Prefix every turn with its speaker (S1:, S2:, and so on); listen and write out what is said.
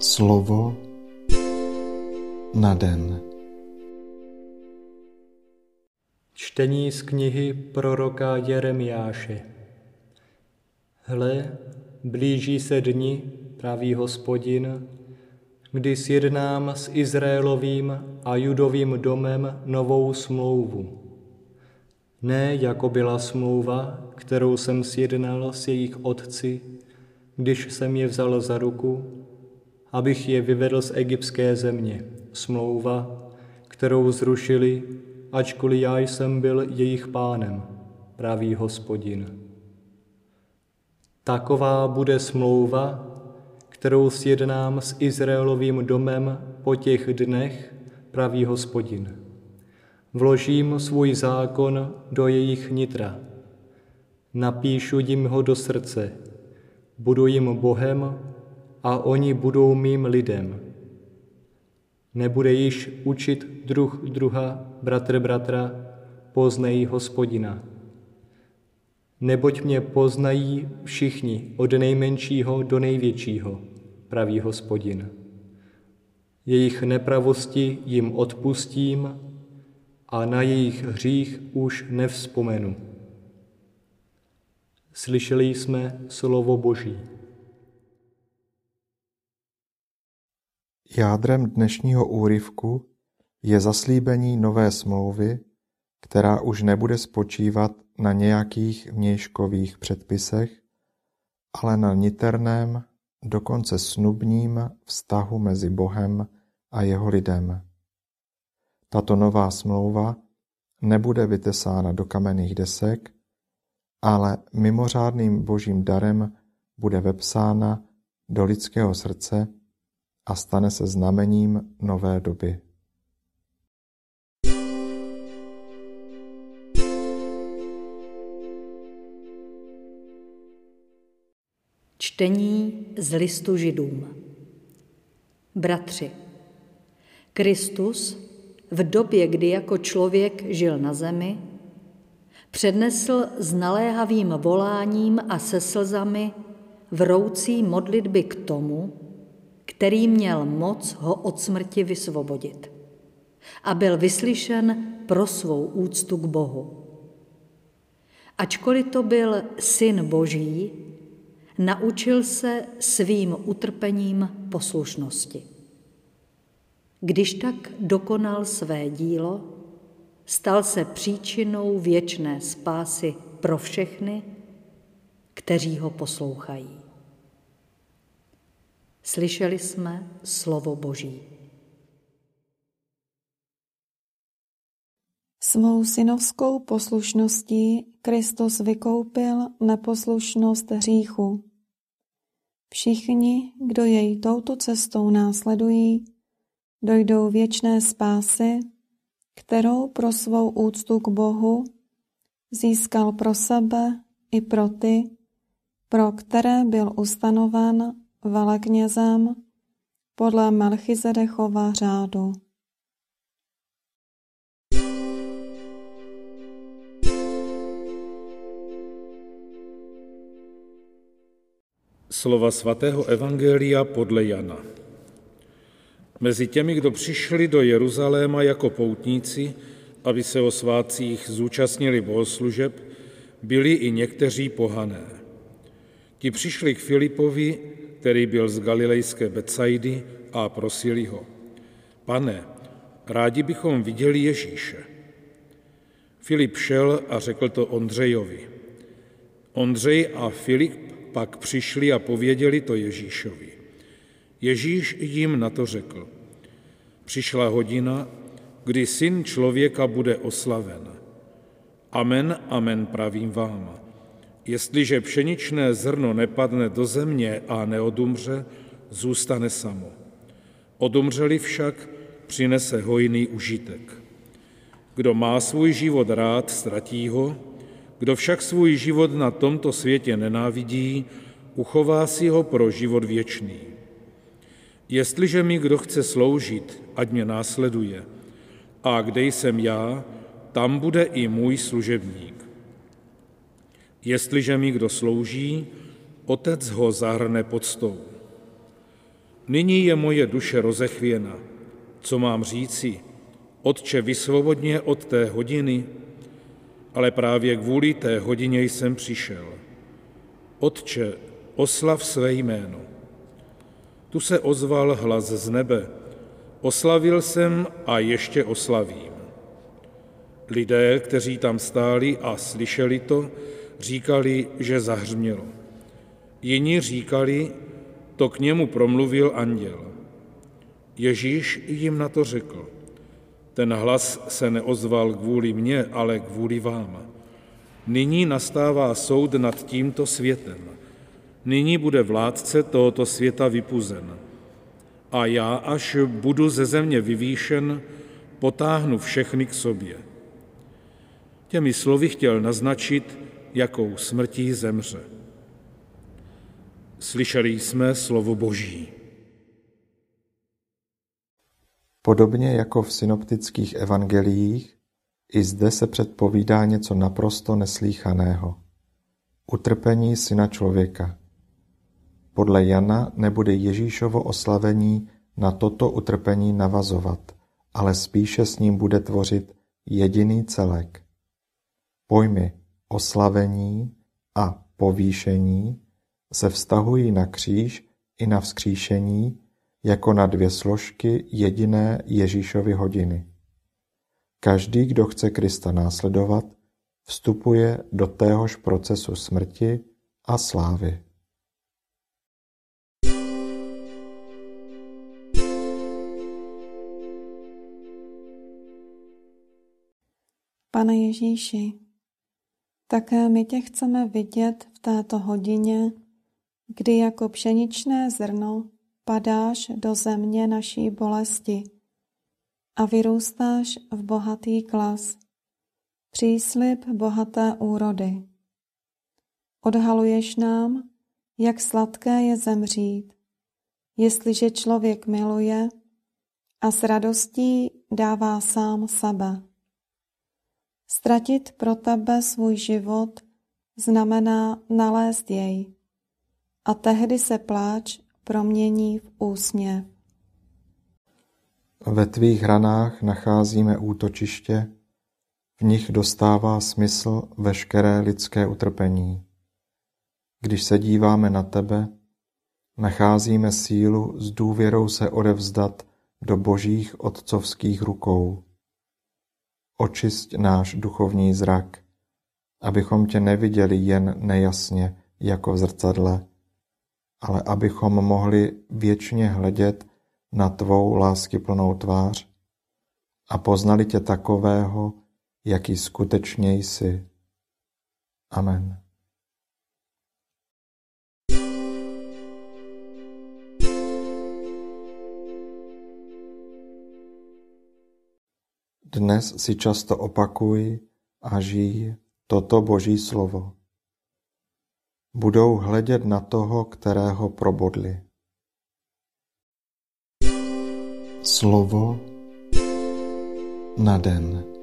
S1: Slovo na den.
S2: Čtení z knihy proroka Jeremiáše. Hle, blíží se dni, praví Hospodin, kdy sjednám s Izraelovým a Judovým domem novou smlouvu. Ne jako byla smlouva, kterou jsem sjednal s jejich otci, když jsem je vzal za ruku, abych je vyvedl z egyptské země. Smlouva, kterou zrušili, ačkoliv já jsem byl jejich pánem, praví Hospodin. Taková bude smlouva, kterou sjednám s Izraelovým domem po těch dnech, praví Hospodin. Vložím svůj zákon do jejich nitra. Napíšu jim ho do srdce. Budu jim Bohem a oni budou mým lidem. Nebude již učit druh druha, bratr bratra, poznej Hospodina. Neboť mě poznají všichni, od nejmenšího do největšího, praví Hospodin. Jejich nepravosti jim odpustím a na jejich hřích už nevzpomenu. Slyšeli jsme slovo Boží.
S1: Jádrem dnešního úryvku je zaslíbení nové smlouvy, která už nebude spočívat na nějakých vnějškových předpisech, ale na niterném, dokonce snubním vztahu mezi Bohem a jeho lidem. Tato nová smlouva nebude vytesána do kamenných desek, ale mimořádným božím darem bude vepsána do lidského srdce a stane se znamením nové doby.
S3: Čtení z listu Židům. Bratři, Kristus v době, kdy jako člověk žil na zemi, přednesl s naléhavým voláním a se slzami vroucí modlitby k tomu, který měl moc ho od smrti vysvobodit, a byl vyslyšen pro svou úctu k Bohu. Ačkoliv to byl Syn Boží, naučil se svým utrpením poslušnosti. Když tak dokonal své dílo, stal se příčinou věčné spásy pro všechny, kteří ho poslouchají. Slyšeli jsme slovo Boží.
S4: Svou synovskou poslušností Kristus vykoupil neposlušnost hříchu. Všichni, kdo jej touto cestou následují, dojdou věčné spásy, kterou pro svou úctu k Bohu získal pro sebe i pro ty, pro které byl ustanoven veleknězem podle Melchizedechova řádu.
S5: Slova svatého evangelia podle Jana. Mezi těmi, kdo přišli do Jeruzaléma jako poutníci, aby se o svátcích zúčastnili bohoslužeb, byli i někteří pohané. Ti přišli k Filipovi, který byl z galilejské Betsaidy, a prosili ho: Pane, rádi bychom viděli Ježíše. Filip šel a řekl to Ondřejovi. Ondřej a Filip pak přišli a pověděli to Ježíšovi. Ježíš jim na to řekl: Přišla hodina, kdy Syn člověka bude oslaven. Amen, amen, pravím vám. Jestliže pšeničné zrno nepadne do země a neodumře, zůstane samo. Odumřeli však, přinese hojný užitek. Kdo má svůj život rád, ztratí ho, kdo však svůj život na tomto světě nenávidí, uchová si ho pro život věčný. Jestliže mi kdo chce sloužit, ať mě následuje. A kde jsem já, tam bude i můj služebník. Jestliže mi kdo slouží, Otec ho zahrne poctou. Nyní je moje duše rozechvěna. Co mám říci? Otče, vysvobodně od té hodiny, ale právě kvůli té hodině jsem přišel. Otče, oslav své jméno. Tu se ozval hlas z nebe. Oslavil jsem a ještě oslavím. Lidé, kteří tam stáli a slyšeli to, říkali, že zahřmělo. Jiní říkali, to k němu promluvil anděl. Ježíš jim na to řekl. Ten hlas se neozval kvůli mně, ale kvůli vám. Nyní nastává soud nad tímto světem. Nyní bude vládce tohoto světa vypuzen. A já, až budu ze země vyvýšen, potáhnu všechny k sobě. Těmi slovy chtěl naznačit, jakou smrtí zemře. Slyšeli jsme slovo Boží.
S1: Podobně jako v synoptických evangeliích, i zde se předpovídá něco naprosto neslýchaného. Utrpení Syna člověka. Podle Jana nebude Ježíšovo oslavení na toto utrpení navazovat, ale spíše s ním bude tvořit jediný celek. Pojmy oslavení a povýšení se vztahují na kříž i na vzkříšení jako na dvě složky jediné Ježíšovy hodiny. Každý, kdo chce Krista následovat, vstupuje do téhož procesu smrti a slávy.
S4: Pane Ježíši, také my tě chceme vidět v této hodině, kdy jako pšeničné zrno padáš do země naší bolesti a vyrůstáš v bohatý klas, příslib bohaté úrody. Odhaluješ nám, jak sladké je zemřít, jestliže člověk miluje a s radostí dává sám sebe. Ztratit pro tebe svůj život znamená nalézt jej a tehdy se pláč promění v úsměv.
S1: Ve tvých ranách nacházíme útočiště, v nich dostává smysl veškeré lidské utrpení. Když se díváme na tebe, nacházíme sílu s důvěrou se odevzdat do božích otcovských rukou. Očisť náš duchovní zrak, abychom tě neviděli jen nejasně jako v zrcadle, ale abychom mohli věčně hledět na tvou láskyplnou tvář a poznali tě takového, jaký skutečně jsi. Amen. Dnes si často opakuj a žij toto Boží slovo. Budou hledět na toho, kterého probodli. Slovo na den.